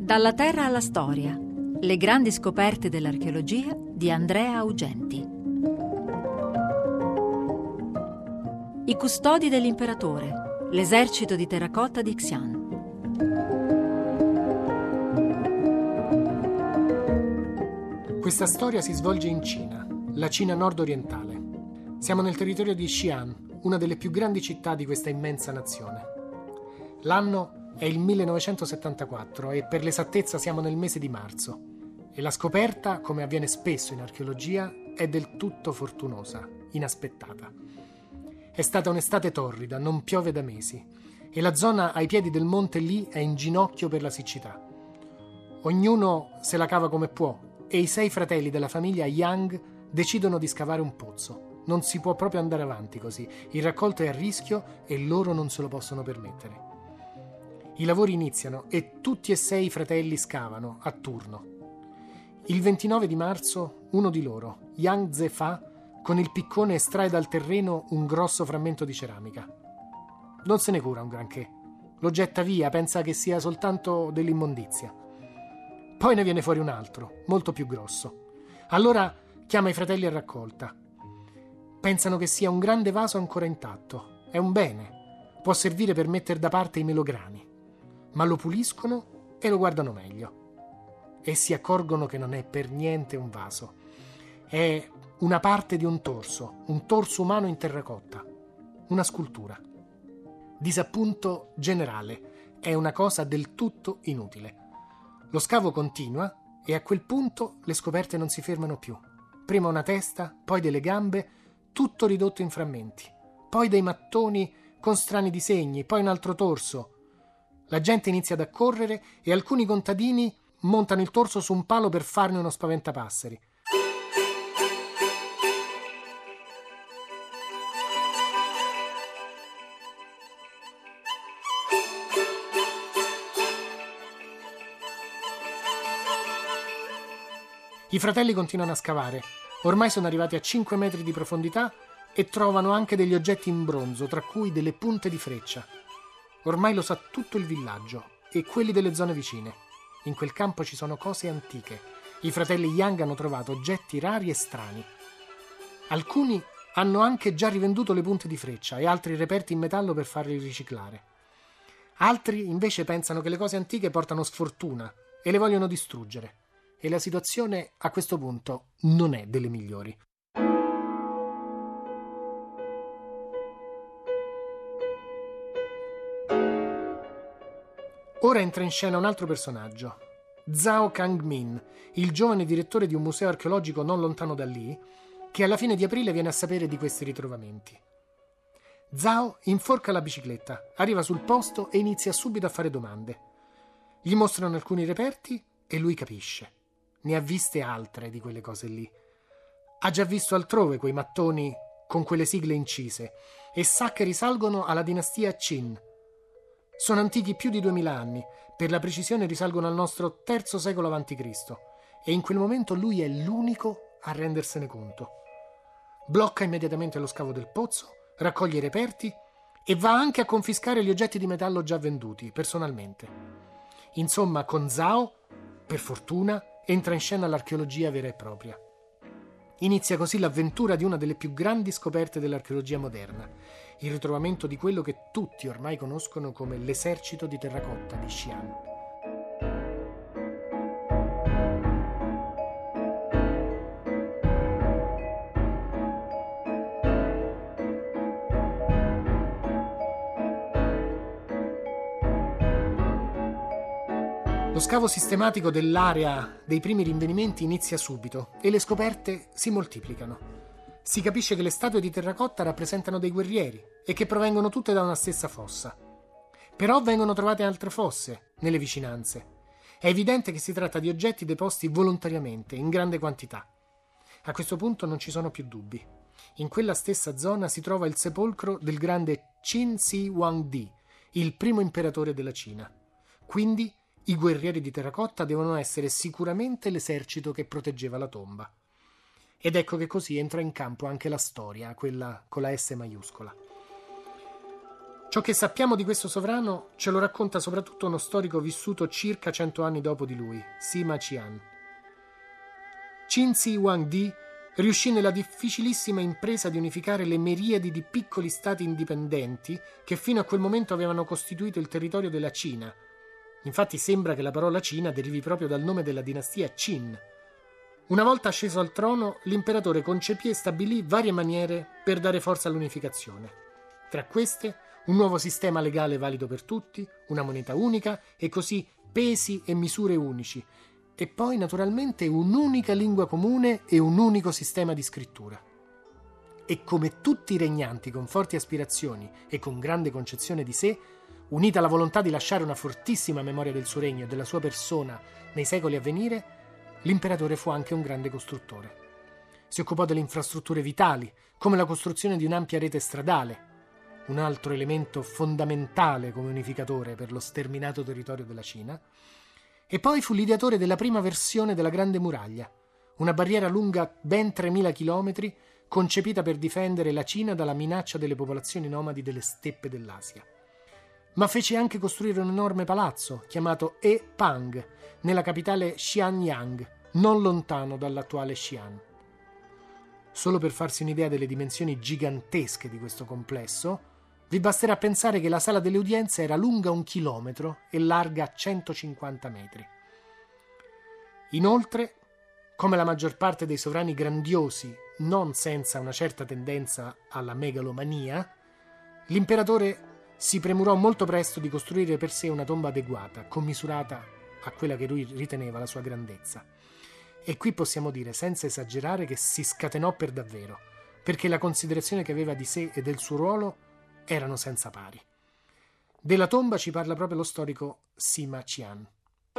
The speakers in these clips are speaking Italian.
Dalla terra alla storia. Le grandi scoperte dell'archeologia di Andrea Augenti. I custodi dell'imperatore. L'esercito di terracotta di Xi'an. Questa storia si svolge in Cina, la Cina nord-orientale. Siamo nel territorio di Xi'an, una delle più grandi città di questa immensa nazione. L'anno è il 1974 e per l'esattezza siamo nel mese di marzo. E la scoperta, come avviene spesso in archeologia, è del tutto fortunosa, inaspettata. È stata un'estate torrida, non piove da mesi, e la zona ai piedi del monte lì è in ginocchio per la siccità. Ognuno se la cava come può e i 6 fratelli della famiglia Yang decidono di scavare un pozzo. Non si può proprio andare avanti così, il raccolto è a rischio e loro non se lo possono permettere. I lavori iniziano e tutti e 6 i fratelli scavano a turno. Il 29 di marzo uno di loro, Yang Zefa, con il piccone estrae dal terreno un grosso frammento di ceramica. Non se ne cura un granché. Lo getta via, pensa che sia soltanto dell'immondizia. Poi ne viene fuori un altro, molto più grosso. Allora chiama i fratelli a raccolta. Pensano che sia un grande vaso ancora intatto. È un bene. Può servire per mettere da parte i melograni. Ma lo puliscono e lo guardano meglio. E si accorgono che non è per niente un vaso. È una parte di un torso umano in terracotta. Una scultura. Disappunto generale. È una cosa del tutto inutile. Lo scavo continua e a quel punto le scoperte non si fermano più. Prima una testa, poi delle gambe, tutto ridotto in frammenti. Poi dei mattoni con strani disegni, poi un altro torso. La gente inizia ad accorrere e alcuni contadini montano il torso su un palo per farne uno spaventapasseri. I fratelli continuano a scavare. Ormai sono arrivati a 5 metri di profondità e trovano anche degli oggetti in bronzo, tra cui delle punte di freccia. Ormai lo sa tutto il villaggio e quelli delle zone vicine. In quel campo ci sono cose antiche. I fratelli Yang hanno trovato oggetti rari e strani. Alcuni hanno anche già rivenduto le punte di freccia e altri reperti in metallo per farli riciclare. Altri invece pensano che le cose antiche portano sfortuna e le vogliono distruggere. E la situazione a questo punto non è delle migliori. Ora entra in scena un altro personaggio, Zhao Kangmin, il giovane direttore di un museo archeologico non lontano da lì, che alla fine di aprile viene a sapere di questi ritrovamenti. Zhao inforca la bicicletta, arriva sul posto e inizia subito a fare domande. Gli mostrano alcuni reperti e lui capisce. Ne ha viste altre di quelle cose lì. Ha già visto altrove quei mattoni con quelle sigle incise e sa che risalgono alla dinastia Qin. Sono antichi più di 2000 anni, per la precisione risalgono al nostro III secolo a.C. e in quel momento lui è l'unico a rendersene conto. Blocca immediatamente lo scavo del pozzo, raccoglie i reperti e va anche a confiscare gli oggetti di metallo già venduti, personalmente. Insomma, con Zhao, per fortuna, entra in scena l'archeologia vera e propria. Inizia così l'avventura di una delle più grandi scoperte dell'archeologia moderna, il ritrovamento di quello che tutti ormai conoscono come l'esercito di terracotta di Xi'an. Lo scavo sistematico dell'area dei primi rinvenimenti inizia subito e le scoperte si moltiplicano. Si capisce che le statue di terracotta rappresentano dei guerrieri e che provengono tutte da una stessa fossa. Però vengono trovate altre fosse nelle vicinanze. È evidente che si tratta di oggetti deposti volontariamente, in grande quantità. A questo punto non ci sono più dubbi. In quella stessa zona si trova il sepolcro del grande Qin Shi Huangdi, il primo imperatore della Cina. Quindi i guerrieri di terracotta devono essere sicuramente l'esercito che proteggeva la tomba. Ed ecco che così entra in campo anche la storia, quella con la S maiuscola. Ciò che sappiamo di questo sovrano ce lo racconta soprattutto uno storico vissuto circa 100 anni dopo di lui, Sima Qian. Qin Shi Huangdi riuscì nella difficilissima impresa di unificare le miriadi di piccoli stati indipendenti che fino a quel momento avevano costituito il territorio della Cina. Infatti sembra che la parola Cina derivi proprio dal nome della dinastia Qin. Una volta asceso al trono, l'imperatore concepì e stabilì varie maniere per dare forza all'unificazione. Tra queste, un nuovo sistema legale valido per tutti, una moneta unica e così pesi e misure unici, e poi naturalmente un'unica lingua comune e un unico sistema di scrittura. E come tutti i regnanti con forti aspirazioni e con grande concezione di sé, unita alla volontà di lasciare una fortissima memoria del suo regno e della sua persona nei secoli a venire, l'imperatore fu anche un grande costruttore. Si occupò delle infrastrutture vitali, come la costruzione di un'ampia rete stradale, un altro elemento fondamentale come unificatore per lo sterminato territorio della Cina, e poi fu l'ideatore della prima versione della Grande Muraglia, una barriera lunga ben 3.000 chilometri, concepita per difendere la Cina dalla minaccia delle popolazioni nomadi delle steppe dell'Asia. Ma fece anche costruire un enorme palazzo chiamato Pang, nella capitale Xianyang, non lontano dall'attuale Xi'an. Solo per farsi un'idea delle dimensioni gigantesche di questo complesso, vi basterà pensare che la sala delle udienze era lunga 1 chilometro e larga 150 metri. Inoltre, come la maggior parte dei sovrani grandiosi, non senza una certa tendenza alla megalomania, l'imperatore si premurò molto presto di costruire per sé una tomba adeguata, commisurata a quella che lui riteneva la sua grandezza. E qui possiamo dire, senza esagerare, che si scatenò per davvero, perché la considerazione che aveva di sé e del suo ruolo erano senza pari. Della tomba ci parla proprio lo storico Sima Qian.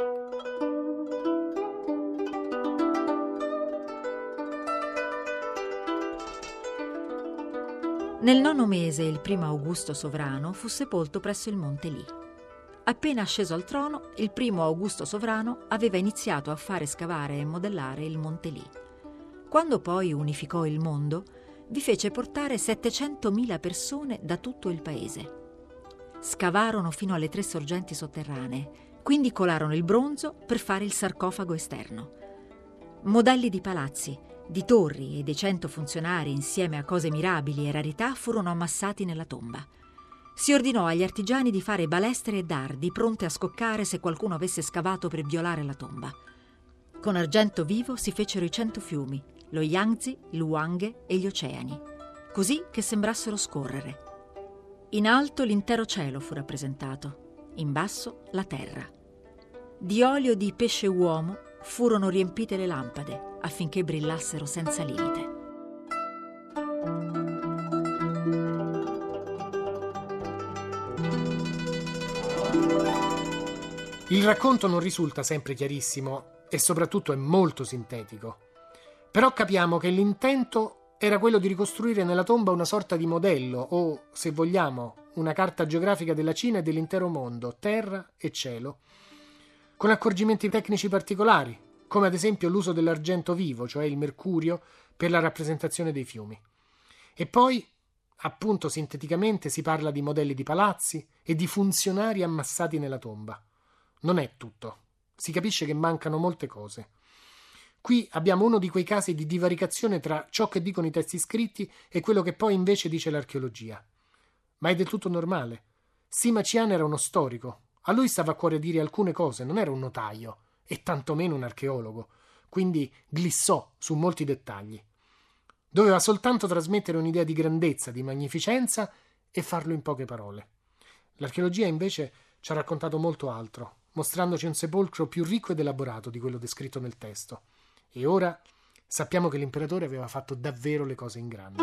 Nel 9° mese il primo Augusto sovrano fu sepolto presso il monte Li. Appena asceso al trono, il primo Augusto sovrano aveva iniziato a fare scavare e modellare il monte Li. Quando poi unificò il mondo, vi fece portare 700.000 persone da tutto il paese. Scavarono fino alle 3 sorgenti sotterranee, quindi colarono il bronzo per fare il sarcofago esterno. Modelli di palazzi, di torri e dei 100 funzionari insieme a cose mirabili e rarità furono ammassati nella tomba. Si ordinò agli artigiani di fare balestre e dardi pronte a scoccare se qualcuno avesse scavato per violare la tomba. Con argento vivo si fecero i 100 fiumi, lo Yangtze, l'Huanghe e gli oceani, così che sembrassero scorrere. In alto l'intero cielo fu rappresentato, in basso la terra. Di olio di pesce uomo furono riempite le lampade affinché brillassero senza limite. Il racconto non risulta sempre chiarissimo e soprattutto è molto sintetico. Però capiamo che l'intento era quello di ricostruire nella tomba una sorta di modello o, se vogliamo, una carta geografica della Cina e dell'intero mondo, terra e cielo, con accorgimenti tecnici particolari, come ad esempio l'uso dell'argento vivo, cioè il mercurio, per la rappresentazione dei fiumi. E poi, appunto sinteticamente, si parla di modelli di palazzi e di funzionari ammassati nella tomba. Non è tutto. Si capisce che mancano molte cose. Qui abbiamo uno di quei casi di divaricazione tra ciò che dicono i testi scritti e quello che poi invece dice l'archeologia. Ma è del tutto normale. Sima Qian era uno storico. A lui stava a cuore dire alcune cose, non era un notaio e tantomeno un archeologo, quindi glissò su molti dettagli. Doveva soltanto trasmettere un'idea di grandezza, di magnificenza e farlo in poche parole. L'archeologia invece ci ha raccontato molto altro, mostrandoci un sepolcro più ricco ed elaborato di quello descritto nel testo. E ora sappiamo che l'imperatore aveva fatto davvero le cose in grande.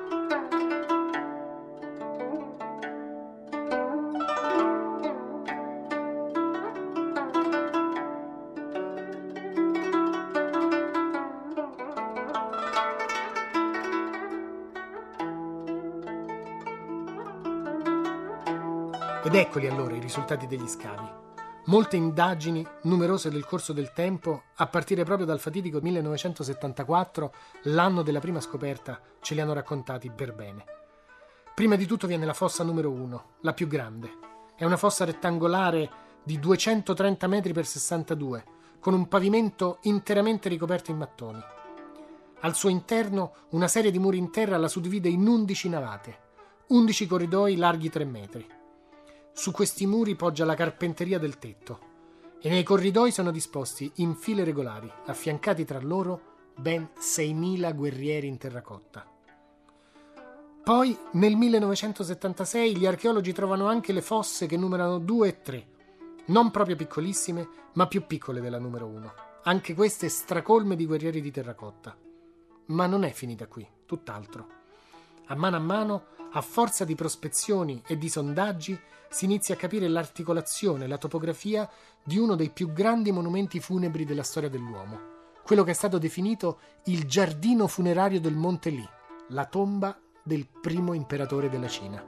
Ed eccoli allora i risultati degli scavi. Molte indagini, numerose nel corso del tempo, a partire proprio dal fatidico 1974, l'anno della prima scoperta, ce li hanno raccontati per bene. Prima di tutto viene la fossa numero 1, la più grande. È una fossa rettangolare di 230 metri per 62, con un pavimento interamente ricoperto in mattoni. Al suo interno una serie di muri in terra la suddivide in 11 navate, 11 corridoi larghi 3 metri. Su questi muri poggia la carpenteria del tetto e nei corridoi sono disposti in file regolari, affiancati tra loro ben 6.000 guerrieri in terracotta. Poi nel 1976 gli archeologi trovano anche le fosse che numerano 2 e 3, non proprio piccolissime, ma più piccole della numero 1, anche queste stracolme di guerrieri di terracotta. Ma non è finita qui, tutt'altro. A mano, a forza di prospezioni e di sondaggi, si inizia a capire l'articolazione, la topografia di uno dei più grandi monumenti funebri della storia dell'uomo, quello che è stato definito il giardino funerario del Monte Li, la tomba del primo imperatore della Cina.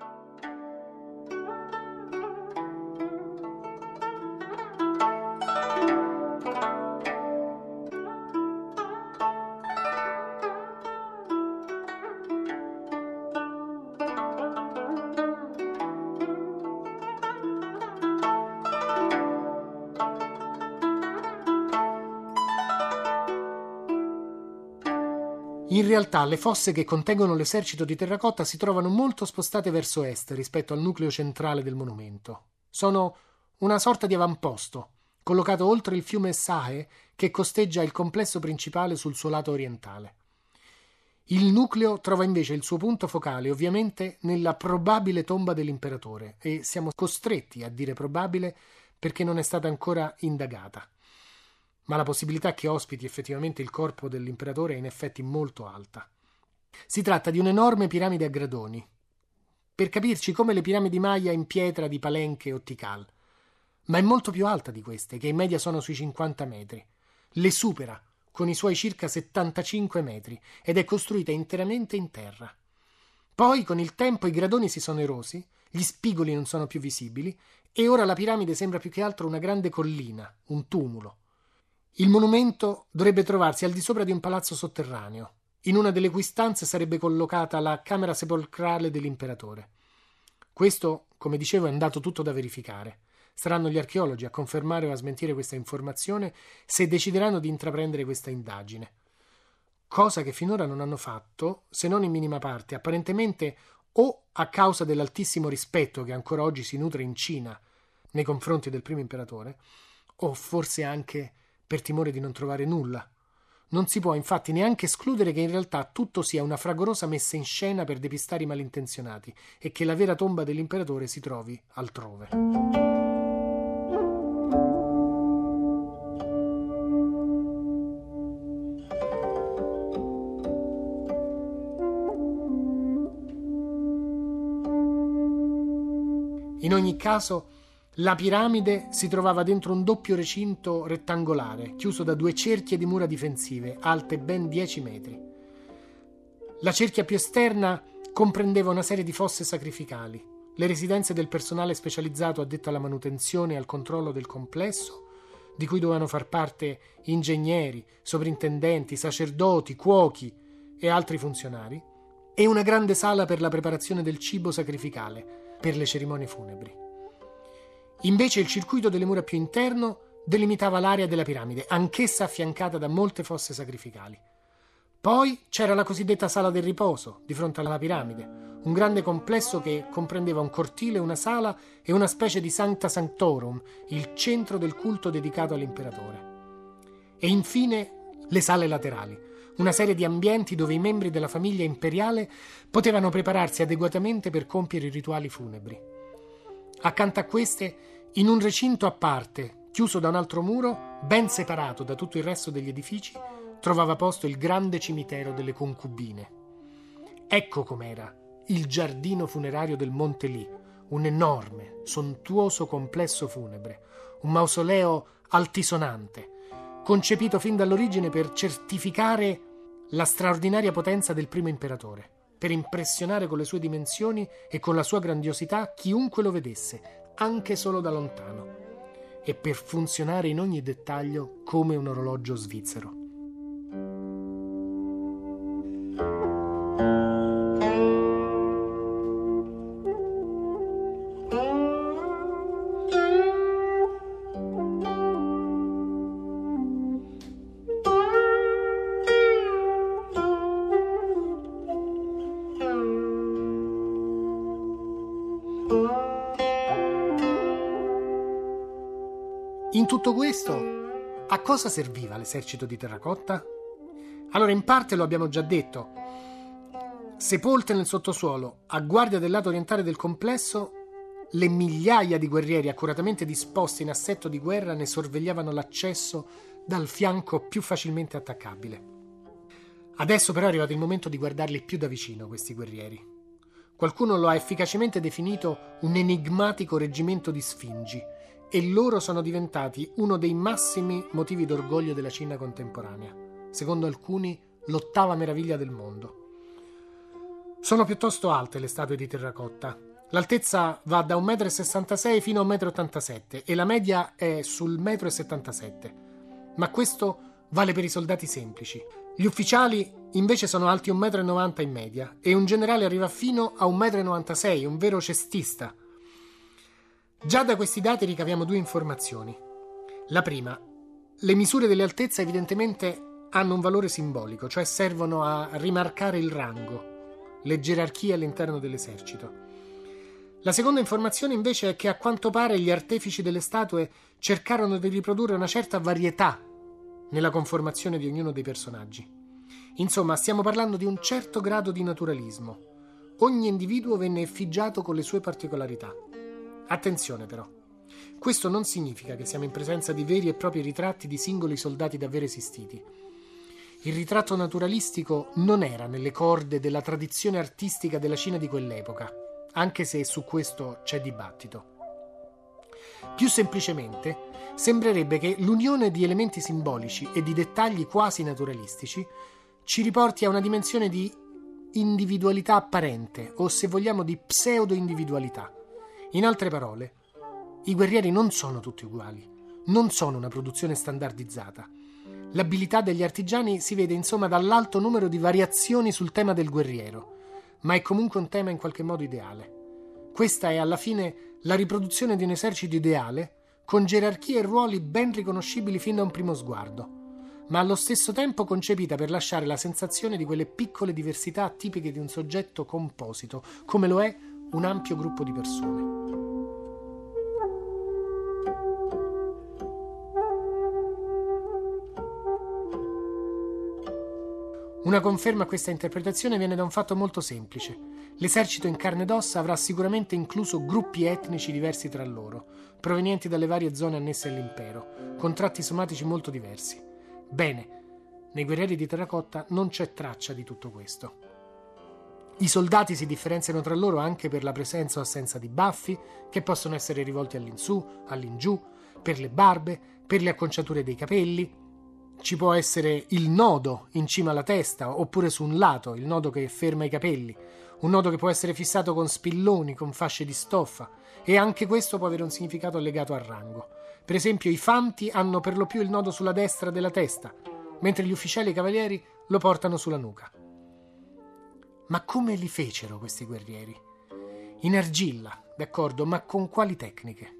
In realtà le fosse che contengono l'esercito di terracotta si trovano molto spostate verso est rispetto al nucleo centrale del monumento. Sono una sorta di avamposto, collocato oltre il fiume Sahe che costeggia il complesso principale sul suo lato orientale. Il nucleo trova invece il suo punto focale ovviamente nella probabile tomba dell'imperatore e siamo costretti a dire probabile perché non è stata ancora indagata. Ma la possibilità che ospiti effettivamente il corpo dell'imperatore è in effetti molto alta. Si tratta di un'enorme piramide a gradoni, per capirci come le piramidi Maya in pietra di Palenque o Tikal, ma è molto più alta di queste, che in media sono sui 50 metri. Le supera con i suoi circa 75 metri ed è costruita interamente in terra. Poi con il tempo i gradoni si sono erosi, gli spigoli non sono più visibili e ora la piramide sembra più che altro una grande collina, un tumulo. Il monumento dovrebbe trovarsi al di sopra di un palazzo sotterraneo. In una delle cui stanze sarebbe collocata la camera sepolcrale dell'imperatore. Questo, come dicevo, è un dato tutto da verificare. Saranno gli archeologi a confermare o a smentire questa informazione se decideranno di intraprendere questa indagine. Cosa che finora non hanno fatto, se non in minima parte, apparentemente o a causa dell'altissimo rispetto che ancora oggi si nutre in Cina nei confronti del primo imperatore, o forse anche per timore di non trovare nulla. Non si può infatti neanche escludere che in realtà tutto sia una fragorosa messa in scena per depistare i malintenzionati e che la vera tomba dell'imperatore si trovi altrove. In ogni caso, la piramide si trovava dentro un doppio recinto rettangolare, chiuso da 2 cerchie di mura difensive, alte ben 10 metri. La cerchia più esterna comprendeva una serie di fosse sacrificali, le residenze del personale specializzato addetto alla manutenzione e al controllo del complesso, di cui dovevano far parte ingegneri, sovrintendenti, sacerdoti, cuochi e altri funzionari, e una grande sala per la preparazione del cibo sacrificale per le cerimonie funebri. Invece il circuito delle mura più interno delimitava l'area della piramide, anch'essa affiancata da molte fosse sacrificali. Poi c'era la cosiddetta sala del riposo, di fronte alla piramide, un grande complesso che comprendeva un cortile, una sala e una specie di Sancta Sanctorum, il centro del culto dedicato all'imperatore. E infine le sale laterali, una serie di ambienti dove i membri della famiglia imperiale potevano prepararsi adeguatamente per compiere i rituali funebri. Accanto a queste, in un recinto a parte, chiuso da un altro muro, ben separato da tutto il resto degli edifici, trovava posto il grande cimitero delle concubine. Ecco com'era il giardino funerario del Monte Li, un enorme, sontuoso complesso funebre, un mausoleo altisonante, concepito fin dall'origine per certificare la straordinaria potenza del primo imperatore, per impressionare con le sue dimensioni e con la sua grandiosità chiunque lo vedesse, anche solo da lontano, e per funzionare in ogni dettaglio come un orologio svizzero. In tutto questo, a cosa serviva l'esercito di terracotta? Allora, in parte lo abbiamo già detto. Sepolte nel sottosuolo, a guardia del lato orientale del complesso, le migliaia di guerrieri accuratamente disposti in assetto di guerra ne sorvegliavano l'accesso dal fianco più facilmente attaccabile. Adesso però è arrivato il momento di guardarli più da vicino, questi guerrieri. Qualcuno lo ha efficacemente definito un enigmatico reggimento di sfingi, e loro sono diventati uno dei massimi motivi d'orgoglio della Cina contemporanea. Secondo alcuni, l'ottava meraviglia del mondo. Sono piuttosto alte le statue di terracotta. L'altezza va da 1,66 m fino a 1,87 m e la media è sul 1,77 m. Ma questo vale per i soldati semplici. Gli ufficiali invece sono alti 1,90 m in media e un generale arriva fino a 1,96 m, un vero cestista. Già da questi dati ricaviamo due informazioni. La prima: le misure delle altezze evidentemente hanno un valore simbolico, cioè servono a rimarcare il rango, le gerarchie all'interno dell'esercito. La seconda informazione invece è che a quanto pare gli artefici delle statue cercarono di riprodurre una certa varietà nella conformazione di ognuno dei personaggi. Insomma, stiamo parlando di un certo grado di naturalismo. Ogni individuo venne effigiato con le sue particolarità. Attenzione però, questo non significa che siamo in presenza di veri e propri ritratti di singoli soldati davvero esistiti. Il ritratto naturalistico non era nelle corde della tradizione artistica della Cina di quell'epoca, anche se su questo c'è dibattito. Più semplicemente, sembrerebbe che l'unione di elementi simbolici e di dettagli quasi naturalistici ci riporti a una dimensione di individualità apparente, o se vogliamo di pseudo-individualità. In altre parole, i guerrieri non sono tutti uguali, non sono una produzione standardizzata. L'abilità degli artigiani si vede insomma dall'alto numero di variazioni sul tema del guerriero, ma è comunque un tema in qualche modo ideale. Questa è alla fine la riproduzione di un esercito ideale, con gerarchie e ruoli ben riconoscibili fin da un primo sguardo, ma allo stesso tempo concepita per lasciare la sensazione di quelle piccole diversità tipiche di un soggetto composito, come lo è un ampio gruppo di persone. Una conferma a questa interpretazione viene da un fatto molto semplice. L'esercito in carne ed ossa avrà sicuramente incluso gruppi etnici diversi tra loro, provenienti dalle varie zone annesse all'impero, con tratti somatici molto diversi. Bene, nei guerrieri di terracotta non c'è traccia di tutto questo. I soldati si differenziano tra loro anche per la presenza o assenza di baffi, che possono essere rivolti all'insù, all'ingiù, per le barbe, per le acconciature dei capelli. Ci può essere il nodo in cima alla testa, oppure su un lato, il nodo che ferma i capelli, un nodo che può essere fissato con spilloni, con fasce di stoffa, e anche questo può avere un significato legato al rango. Per esempio, i fanti hanno per lo più il nodo sulla destra della testa, mentre gli ufficiali e i cavalieri lo portano sulla nuca. Ma come li fecero questi guerrieri? In argilla, d'accordo, ma con quali tecniche?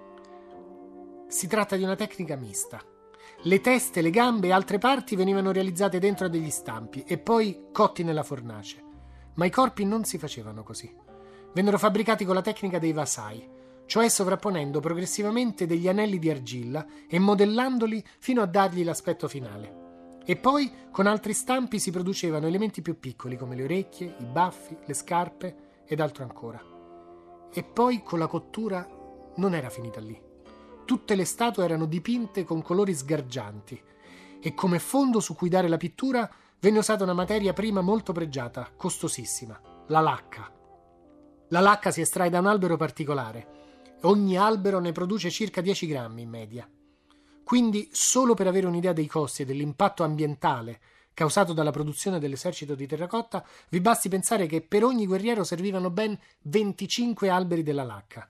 Si tratta di una tecnica mista. Le teste, le gambe e altre parti venivano realizzate dentro a degli stampi e poi cotti nella fornace. Ma i corpi non si facevano così. Vennero fabbricati con la tecnica dei vasai, cioè sovrapponendo progressivamente degli anelli di argilla e modellandoli fino a dargli l'aspetto finale. E poi con altri stampi si producevano elementi più piccoli come le orecchie, i baffi, le scarpe ed altro ancora. E poi con la cottura non era finita lì. Tutte le statue erano dipinte con colori sgargianti e come fondo su cui dare la pittura venne usata una materia prima molto pregiata, costosissima, la lacca. La lacca si estrae da un albero particolare. Ogni albero ne produce circa 10 grammi in media. Quindi, solo per avere un'idea dei costi e dell'impatto ambientale causato dalla produzione dell'esercito di terracotta, vi basti pensare che per ogni guerriero servivano ben 25 alberi della lacca.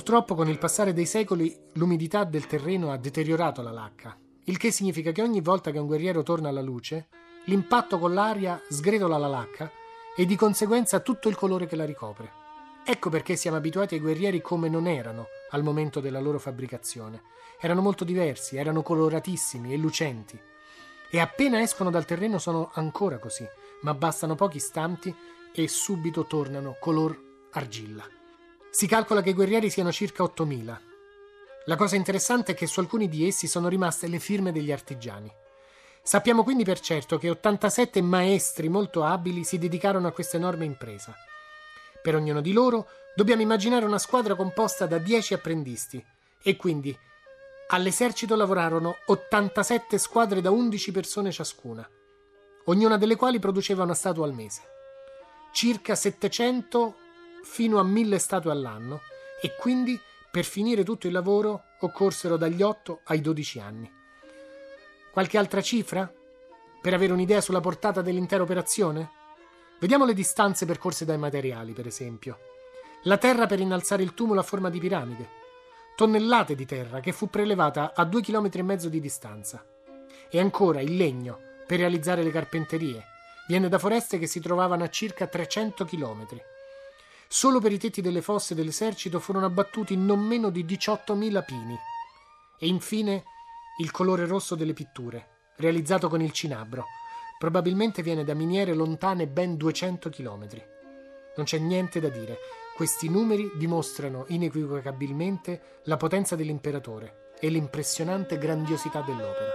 Purtroppo con il passare dei secoli l'umidità del terreno ha deteriorato la lacca, il che significa che ogni volta che un guerriero torna alla luce, l'impatto con l'aria sgretola la lacca e di conseguenza tutto il colore che la ricopre. Ecco perché siamo abituati ai guerrieri come non erano al momento della loro fabbricazione. Erano molto diversi, erano coloratissimi e lucenti. E appena escono dal terreno sono ancora così, ma bastano pochi istanti e subito tornano color argilla. Si calcola che i guerrieri siano circa 8.000. La cosa interessante è che su alcuni di essi sono rimaste le firme degli artigiani. Sappiamo quindi per certo che 87 maestri molto abili si dedicarono a questa enorme impresa. Per ognuno di loro dobbiamo immaginare una squadra composta da 10 apprendisti e quindi all'esercito lavorarono 87 squadre da 11 persone ciascuna, ognuna delle quali produceva una statua al mese. Circa 700 fino a 1.000 statue all'anno e quindi per finire tutto il lavoro occorsero dagli 8 ai 12 anni. Qualche altra cifra? Per avere un'idea sulla portata dell'intera operazione? Vediamo le distanze percorse dai materiali, per esempio. La terra per innalzare il tumulo a forma di piramide. Tonnellate di terra che fu prelevata a 2,5 km di distanza. E ancora il legno per realizzare le carpenterie. Viene da foreste che si trovavano a circa 300 km. Solo per i tetti delle fosse dell'esercito furono abbattuti non meno di 18.000 pini. E infine il colore rosso delle pitture, realizzato con il cinabro. Probabilmente viene da miniere lontane ben 200 km. Non c'è niente da dire. Questi numeri dimostrano inequivocabilmente la potenza dell'imperatore e l'impressionante grandiosità dell'opera.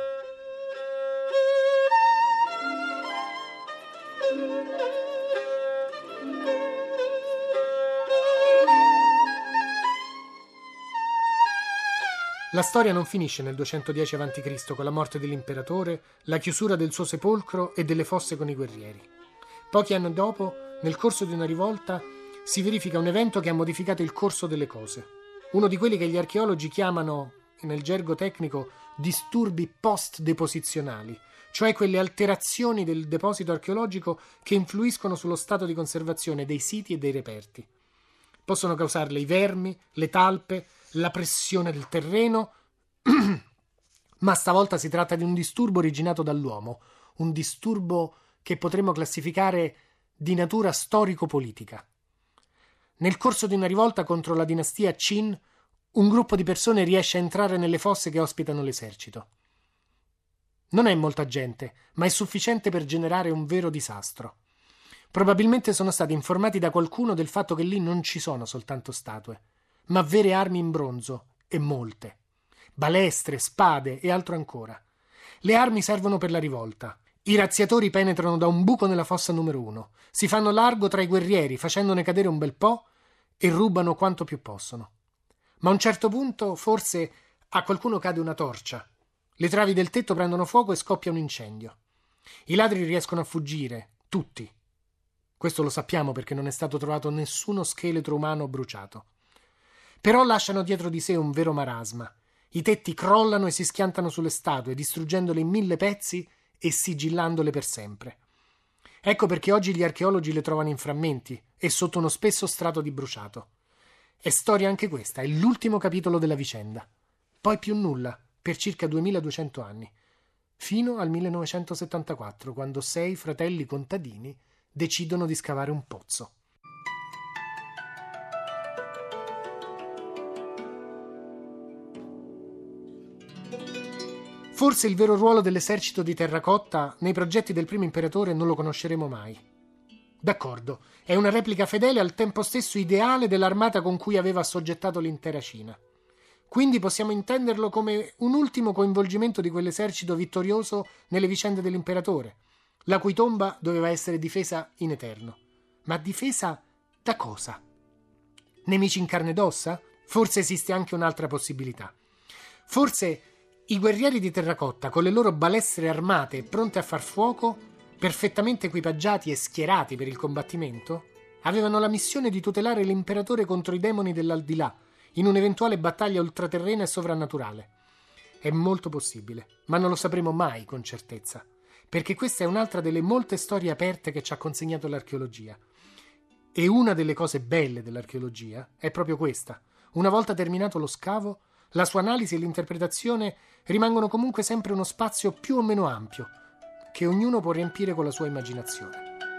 La storia non finisce nel 210 a.C. con la morte dell'imperatore, la chiusura del suo sepolcro e delle fosse con i guerrieri. Pochi anni dopo, nel corso di una rivolta, si verifica un evento che ha modificato il corso delle cose. Uno di quelli che gli archeologi chiamano, nel gergo tecnico, disturbi post-deposizionali, cioè quelle alterazioni del deposito archeologico che influiscono sullo stato di conservazione dei siti e dei reperti. Possono causarle i vermi, le talpe, la pressione del terreno, ma stavolta si tratta di un disturbo originato dall'uomo, un disturbo che potremmo classificare di natura storico-politica. Nel corso di una rivolta contro la dinastia Qin, un gruppo di persone riesce a entrare nelle fosse che ospitano l'esercito. Non è molta gente, ma è sufficiente per generare un vero disastro. Probabilmente sono stati informati da qualcuno del fatto che lì non ci sono soltanto statue, ma vere armi in bronzo, e molte. Balestre, spade e altro ancora. Le armi servono per la rivolta. I razziatori penetrano da un buco nella fossa numero 1, si fanno largo tra i guerrieri facendone cadere un bel po' e rubano quanto più possono. Ma a un certo punto, forse, a qualcuno cade una torcia. Le travi del tetto prendono fuoco e scoppia un incendio. I ladri riescono a fuggire, tutti. Questo lo sappiamo perché non è stato trovato nessuno scheletro umano bruciato. Però lasciano dietro di sé un vero marasma. I tetti crollano e si schiantano sulle statue, distruggendole in 1000 pezzi e sigillandole per sempre. Ecco perché oggi gli archeologi le trovano in frammenti e sotto uno spesso strato di bruciato. È storia anche questa, è l'ultimo capitolo della vicenda. Poi più nulla, per circa 2200 anni, fino al 1974, quando 6 fratelli contadini decidono di scavare un pozzo. Forse il vero ruolo dell'esercito di terracotta nei progetti del primo imperatore non lo conosceremo mai. D'accordo, è una replica fedele al tempo stesso ideale dell'armata con cui aveva assoggettato l'intera Cina. Quindi possiamo intenderlo come un ultimo coinvolgimento di quell'esercito vittorioso nelle vicende dell'imperatore, la cui tomba doveva essere difesa in eterno. Ma difesa da cosa? Nemici in carne ed ossa? Forse esiste anche un'altra possibilità. Forse i guerrieri di terracotta, con le loro balestre armate e pronte a far fuoco, perfettamente equipaggiati e schierati per il combattimento, avevano la missione di tutelare l'imperatore contro i demoni dell'aldilà, in un'eventuale battaglia ultraterrena e sovrannaturale. È molto possibile, ma non lo sapremo mai con certezza, perché questa è un'altra delle molte storie aperte che ci ha consegnato l'archeologia. E una delle cose belle dell'archeologia è proprio questa, Una volta terminato lo scavo, la sua analisi e l'interpretazione rimangono comunque sempre uno spazio più o meno ampio, che ognuno può riempire con la sua immaginazione.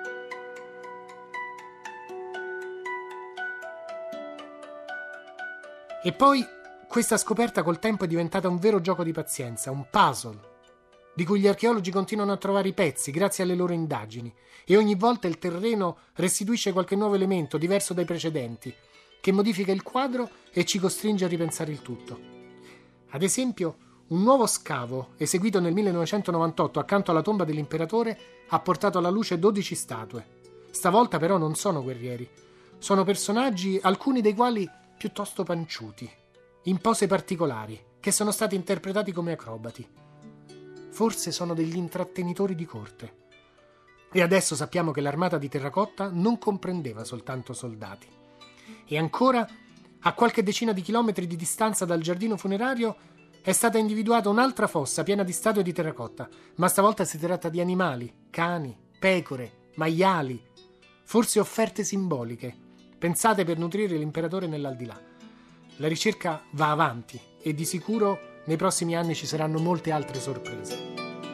E poi questa scoperta col tempo è diventata un vero gioco di pazienza, un puzzle, di cui gli archeologi continuano a trovare i pezzi grazie alle loro indagini, e ogni volta il terreno restituisce qualche nuovo elemento diverso dai precedenti, che modifica il quadro e ci costringe a ripensare il tutto. Ad esempio, un nuovo scavo, eseguito nel 1998 accanto alla tomba dell'imperatore, ha portato alla luce 12 statue. Stavolta però non sono guerrieri, sono personaggi, alcuni dei quali piuttosto panciuti, in pose particolari, che sono stati interpretati come acrobati. Forse sono degli intrattenitori di corte. E adesso sappiamo che l'armata di terracotta non comprendeva soltanto soldati. E ancora, a qualche decina di chilometri di distanza dal giardino funerario, è stata individuata un'altra fossa piena di statue di terracotta, ma stavolta si tratta di animali, cani, pecore, maiali, forse offerte simboliche, pensate per nutrire l'imperatore nell'aldilà. La ricerca va avanti e di sicuro nei prossimi anni ci saranno molte altre sorprese.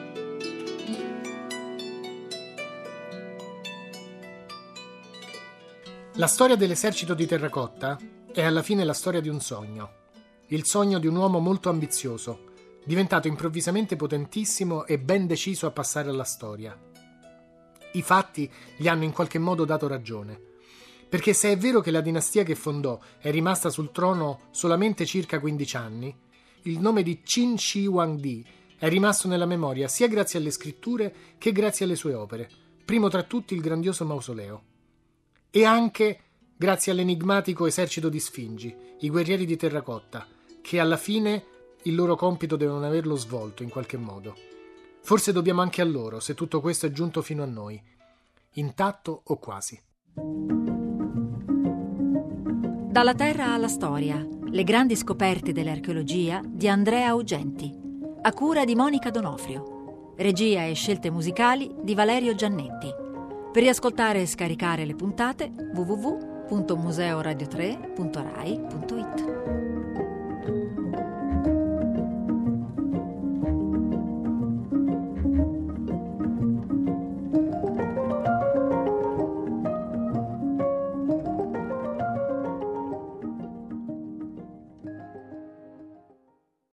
La storia dell'esercito di terracotta è alla fine la storia di un sogno. Il sogno di un uomo molto ambizioso, diventato improvvisamente potentissimo e ben deciso a passare alla storia. I fatti gli hanno in qualche modo dato ragione. Perché se è vero che la dinastia che fondò è rimasta sul trono solamente circa 15 anni, il nome di Qin Shi Huangdi è rimasto nella memoria sia grazie alle scritture che grazie alle sue opere, primo tra tutti il grandioso mausoleo. E anche grazie all'enigmatico esercito di Sfingi, i guerrieri di terracotta, che alla fine il loro compito devono averlo svolto in qualche modo. Forse dobbiamo anche a loro, se tutto questo è giunto fino a noi, intatto o quasi. Dalla terra alla storia, le grandi scoperte dell'archeologia di Andrea Augenti, a cura di Monica Donofrio, regia e scelte musicali di Valerio Giannetti. Per riascoltare e scaricare le puntate www.museoradio3.rai.it.